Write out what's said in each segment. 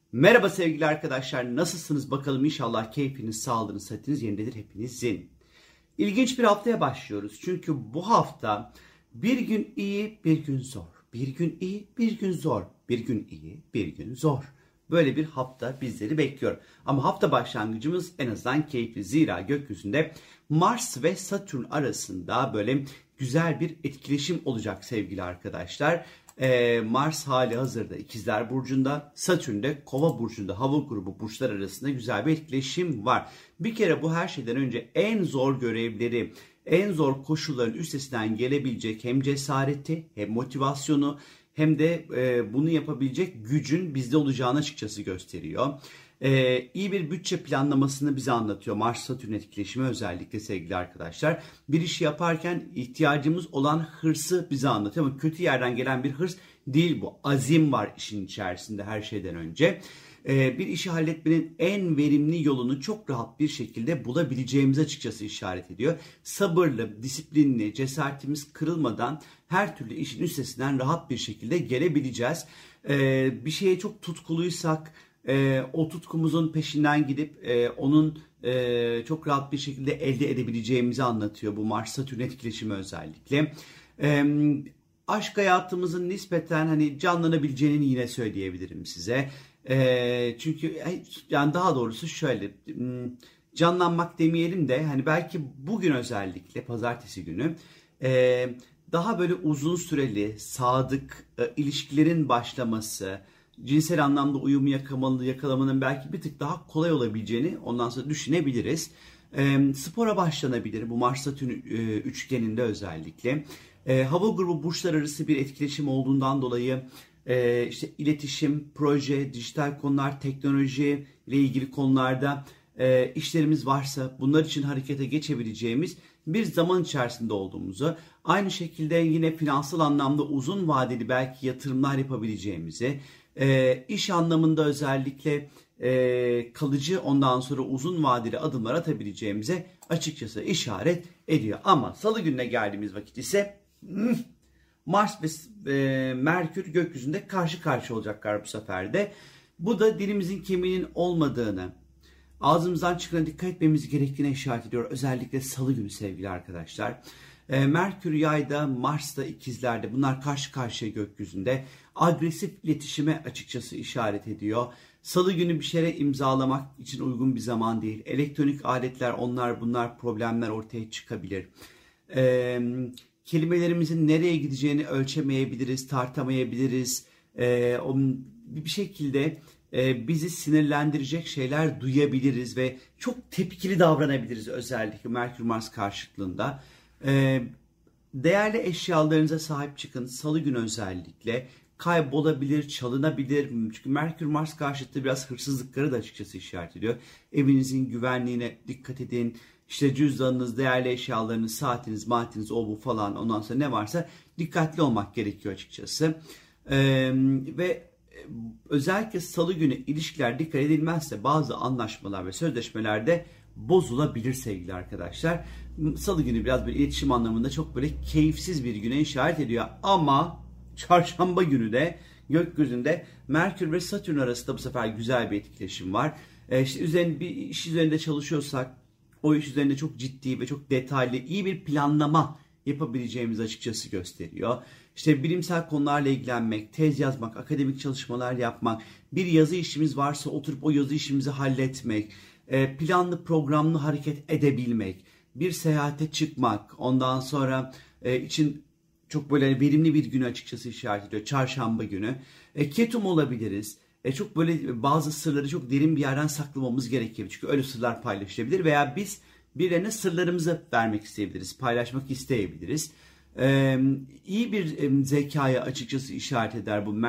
Merhaba sevgili arkadaşlar, nasılsınız bakalım? İnşallah keyfiniz, sağlığınız, sıhhatiniz yerindedir hepinizin. İlginç bir haftaya başlıyoruz. Çünkü bu hafta bir gün iyi, bir gün zor. Bir gün iyi, bir gün zor. Bir gün iyi, bir gün zor. Böyle bir hafta bizleri bekliyor. Ama hafta başlangıcımız en azından keyifli. Zira gökyüzünde Mars ve Satürn arasında böyle güzel bir etkileşim olacak sevgili arkadaşlar. Mars hali hazırda İkizler Burcu'nda, Satürn de Kova Burcu'nda, hava grubu burçlar arasında güzel bir etkileşim var. Bir kere bu her şeyden önce en zor görevleri, en zor koşulların üstesinden gelebilecek hem cesareti hem motivasyonu hem de bunu yapabilecek gücün bizde olacağını açıkçası gösteriyor. İyi bir bütçe planlamasını bize anlatıyor Mars-Satürn etkileşimi özellikle sevgili arkadaşlar. Bir işi yaparken ihtiyacımız olan hırsı bize anlatıyor ama kötü yerden gelen bir hırs değil bu. Azim var işin içerisinde her şeyden önce. Bir işi halletmenin en verimli yolunu çok rahat bir şekilde bulabileceğimizi açıkçası işaret ediyor. Sabırlı, disiplinli, cesaretimiz kırılmadan her türlü işin üstesinden rahat bir şekilde gelebileceğiz. Bir şeye çok tutkuluysak o tutkumuzun peşinden gidip onun çok rahat bir şekilde elde edebileceğimizi anlatıyor bu Mars-Satürn etkileşimi özellikle. Aşk hayatımızın nispeten hani canlanabileceğini yine söyleyebilirim size. Çünkü yani daha doğrusu şöyle canlanmak demeyelim de hani belki bugün özellikle pazartesi günü daha böyle uzun süreli sadık ilişkilerin başlaması, cinsel anlamda uyumu yakalamanın belki bir tık daha kolay olabileceğini ondan sonra düşünebiliriz. Spora başlanabilir bu Mars-Satürn üçgeninde özellikle. Hava grubu burçlar arası bir etkileşim olduğundan dolayı işte iletişim, proje, dijital konular, teknoloji ile ilgili konularda işlerimiz varsa bunlar için harekete geçebileceğimiz bir zaman içerisinde olduğumuzu, aynı şekilde yine finansal anlamda uzun vadeli belki yatırımlar yapabileceğimizi, iş anlamında özellikle kalıcı ondan sonra uzun vadeli adımlar atabileceğimize açıkçası işaret ediyor. Ama salı gününe geldiğimiz vakit ise Mars ve Merkür gökyüzünde karşı karşı olacaklar bu sefer de. Bu da dilimizin kemiğinin olmadığını, ağzımızdan çıkana dikkat etmemiz gerektiğine işaret ediyor. Özellikle salı günü sevgili arkadaşlar. Merkür yayda, Mars da ikizlerde, bunlar karşı karşıya gökyüzünde. Agresif iletişime açıkçası işaret ediyor. Salı günü bir şeyler imzalamak için uygun bir zaman değil. Elektronik aletler, onlar bunlar problemler ortaya çıkabilir. Kelimelerimizin nereye gideceğini ölçemeyebiliriz, tartamayabiliriz. Bir şekilde bizi sinirlendirecek şeyler duyabiliriz ve çok tepkili davranabiliriz özellikle Merkür-Mars karşıtlığında. Değerli eşyalarınıza sahip çıkın. Salı günü özellikle kaybolabilir, çalınabilir. Çünkü Merkür-Mars karşıtlığı biraz hırsızlıkları da açıkçası işaret ediyor. Evinizin güvenliğine dikkat edin. İşte cüzdanınız, değerli eşyalarınız, saatiniz, maatiniz, o bu falan ondan sonra ne varsa dikkatli olmak gerekiyor açıkçası. Ve özellikle salı günü ilişkiler dikkat edilmezse bazı anlaşmalar ve sözleşmelerde bozulabilir sevgili arkadaşlar. Salı günü biraz böyle iletişim anlamında çok böyle keyifsiz bir güne işaret ediyor. Ama çarşamba günü de gökyüzünde Merkür ve Satürn arasında bu sefer güzel bir etkileşim var. İşte bir iş üzerinde çalışıyorsak o iş üzerinde çok ciddi ve çok detaylı iyi bir planlama yapabileceğimizi açıkçası gösteriyor. İşte bilimsel konularla ilgilenmek, tez yazmak, akademik çalışmalar yapmak, bir yazı işimiz varsa oturup o yazı işimizi halletmek, planlı programlı hareket edebilmek, bir seyahate çıkmak, ondan sonra için çok böyle verimli bir günü açıkçası işaret ediyor. Çarşamba günü. Ketum olabiliriz. Çok böyle bazı sırları çok derin bir yerden saklamamız gerekiyor. Çünkü öyle sırlar paylaşılabilir veya biz birilerine sırlarımızı vermek isteyebiliriz, paylaşmak isteyebiliriz. İyi bir zekaya açıkçası işaret eder bu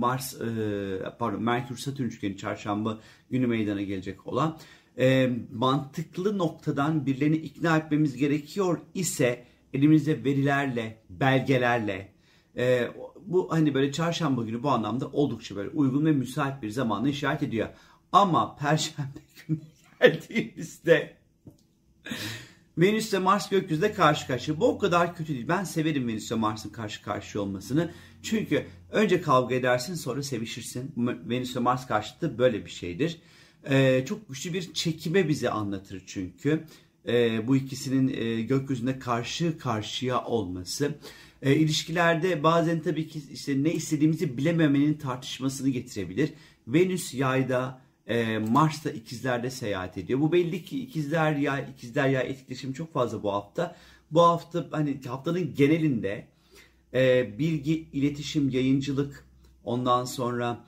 Merkür-Satürn üçgeni çarşamba günü meydana gelecek olan. Mantıklı noktadan birilerini ikna etmemiz gerekiyor ise elimizde verilerle, belgelerle bu hani böyle çarşamba günü bu anlamda oldukça böyle uygun ve müsait bir zamanla işaret ediyor. Ama perşembe günü geldiğimizde Venüs ile Mars gökyüzünde karşı karşıya. Bu o kadar kötü değil. Ben severim Venüs ile Mars'ın karşı karşıya olmasını. Çünkü Önce kavga edersin, sonra sevişirsin. Venüs ve Mars karşıtı böyle bir şeydir. Çok güçlü bir çekime bizi anlatır çünkü. Bu ikisinin gökyüzünde karşı karşıya olması. İlişkilerde bazen tabii ki işte ne istediğimizi bilememenin tartışmasını getirebilir. Venüs yayda, Mars da ikizlerde seyahat ediyor. Bu belli ki ikizler yay etkileşimi çok fazla bu hafta. Bu hafta hani haftanın genelinde bilgi, iletişim, yayıncılık, ondan sonra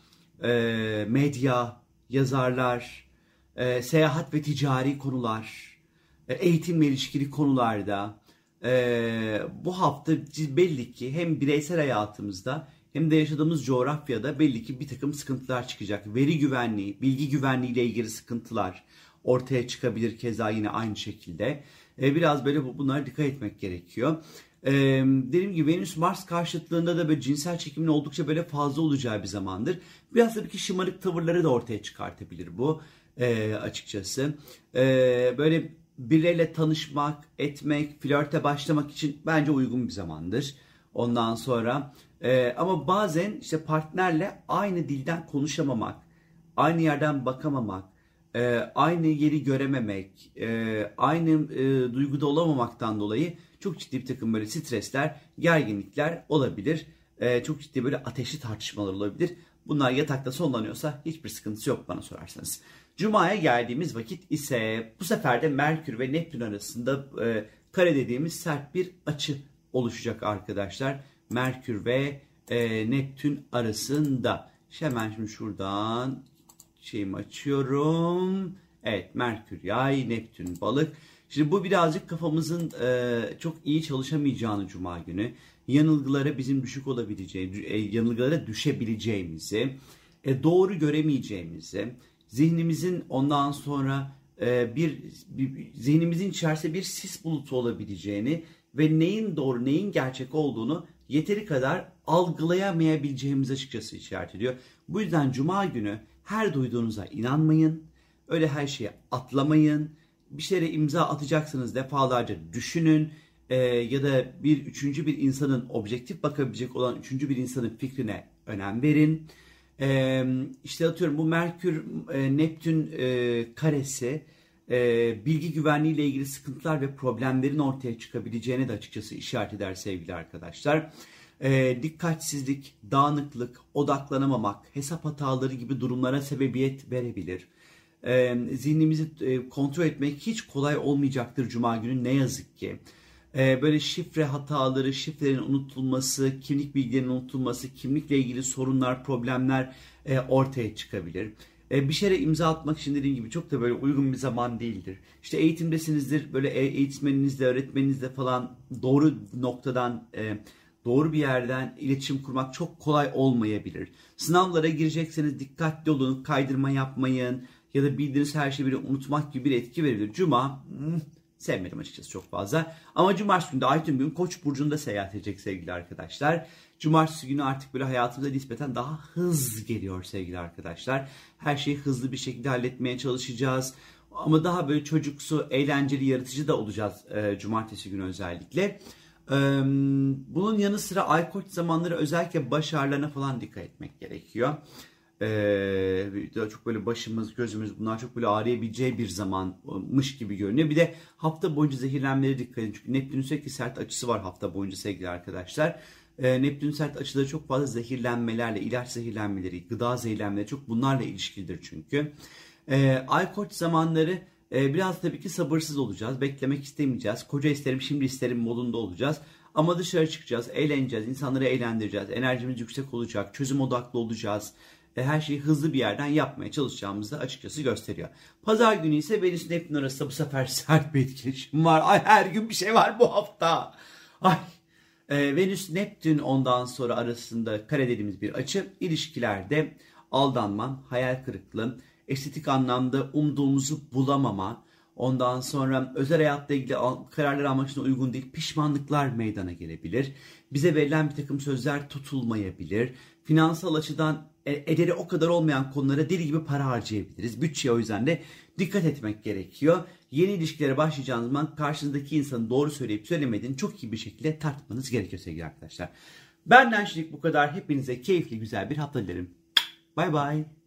medya, yazarlar, seyahat ve ticari konular, eğitimle ilişkili konularda bu hafta belli ki hem bireysel hayatımızda hem de yaşadığımız coğrafyada belli ki bir takım sıkıntılar çıkacak. Veri güvenliği, bilgi güvenliği ile ilgili sıkıntılar ortaya çıkabilir keza yine aynı şekilde. Biraz böyle bunlara dikkat etmek gerekiyor. Dediğim gibi Venüs Mars karşıtlığında da böyle cinsel çekimin oldukça böyle fazla olacağı bir zamandır. Biraz tabii ki şımarık tavırları da ortaya çıkartabilir bu açıkçası. Böyle birileriyle tanışmak, etmek, flörte başlamak için bence uygun bir zamandır. Ondan sonra ama bazen işte partnerle aynı dilden konuşamamak, aynı yerden bakamamak, aynı yeri görememek, aynı duyguda olamamaktan dolayı çok ciddi bir takım böyle stresler, gerginlikler olabilir. Çok ciddi böyle ateşli tartışmalar olabilir. Bunlar yatakta sonlanıyorsa hiçbir sıkıntısı yok bana sorarsanız. Cuma'ya geldiğimiz vakit ise bu sefer de Merkür ve Neptün arasında kare dediğimiz sert bir açı oluşacak arkadaşlar. Merkür ve Neptün arasında. Hemen şimdi şuradan şeyimi açıyorum. Evet, Merkür yay, Neptün balık. Şimdi bu birazcık kafamızın çok iyi çalışamayacağını Cuma günü, yanılgılara bizim düşük olabileceği, yanılgılara düşebileceğimizi, doğru göremeyeceğimizi, zihnimizin ondan sonra zihnimizin içerisinde bir sis bulutu olabileceğini ve neyin doğru neyin gerçek olduğunu yeteri kadar algılayamayabileceğimiz açıkçası işaret ediyor. Bu yüzden Cuma günü her duyduğunuza inanmayın. Öyle her şeye atlamayın. Bir şeye imza atacaksınız defalarca düşünün. Ya da üçüncü bir insanın, objektif bakabilecek olan üçüncü bir insanın fikrine önem verin. İşte atıyorum bu Merkür Neptün karesi bilgi güvenliği ile ilgili sıkıntılar ve problemlerin ortaya çıkabileceğine de açıkçası işaret eder sevgili arkadaşlar. Dikkatsizlik, dağınıklık, odaklanamamak, hesap hataları gibi durumlara sebebiyet verebilir. Zihnimizi kontrol etmek hiç kolay olmayacaktır Cuma günü ne yazık ki. Böyle şifre hataları, şifrelerin unutulması, kimlik bilgilerinin unutulması, kimlikle ilgili sorunlar, problemler ortaya çıkabilir. Bir şeye imza atmak için dediğim gibi çok da böyle uygun bir zaman değildir. İşte eğitimdesinizdir, böyle eğitmeninizle, öğretmeninizle falan doğru noktadan, doğru bir yerden iletişim kurmak çok kolay olmayabilir. Sınavlara girecekseniz dikkatli olun, kaydırma yapmayın ya da bildiğiniz her şeyi unutmak gibi bir etki verebilir. Cuma sevmedim açıkçası çok fazla. Ama cumartesi günü de Ay tüm gün Koç burcunda seyahat edecek sevgili arkadaşlar. Cumartesi günü artık böyle hayatımıza nispeten daha hız geliyor sevgili arkadaşlar. Her şeyi hızlı bir şekilde halletmeye çalışacağız. Ama daha böyle çocuksu, eğlenceli, yaratıcı da olacağız cumartesi günü özellikle. Bunun yanı sıra Ay Koç zamanları özellikle baş ağrılarına falan dikkat etmek gerekiyor. Daha çok böyle başımız, gözümüz bunlar çok böyle ağrıyabileceği bir zamanmış gibi görünüyor. Bir de hafta boyunca zehirlenmelere dikkat edin. Çünkü Neptün'ün sürekli sert açısı var hafta boyunca sevgili arkadaşlar. Neptün'ün sert açıları çok fazla zehirlenmelerle, ilaç zehirlenmeleri, gıda zehirlenmeleri çok bunlarla ilişkilidir çünkü. Ay Koç zamanları biraz tabii ki sabırsız olacağız. Beklemek istemeyeceğiz. Koca isterim, şimdi isterim modunda olacağız. Ama dışarı çıkacağız, eğleneceğiz, insanları eğlendireceğiz. Enerjimiz yüksek olacak, çözüm odaklı olacağız. Her şeyi hızlı bir yerden yapmaya çalışacağımızı da açıkçası gösteriyor. Pazar günü ise Venüs Neptün arasında bu sefer sert bir etkileşim var. Ay her gün bir şey var bu hafta. Ay. Venüs Neptün ondan sonra arasında kare dediğimiz bir açı. İlişkilerde aldanma, hayal kırıklığı, estetik anlamda umduğumuzu bulamama, ondan sonra özel hayatla ilgili kararlar almak için uygun değil, pişmanlıklar meydana gelebilir. Bize verilen bir takım sözler tutulmayabilir. Finansal açıdan ederi o kadar olmayan konulara deli gibi para harcayabiliriz. Bütçeye o yüzden de dikkat etmek gerekiyor. Yeni ilişkilere başlayacağınız zaman karşınızdaki insanın doğru söyleyip söylemediğini çok iyi bir şekilde tartmanız gerekiyor sevgili arkadaşlar. Benden şimdilik bu kadar. Hepinize keyifli güzel bir hafta dilerim. Bay bay.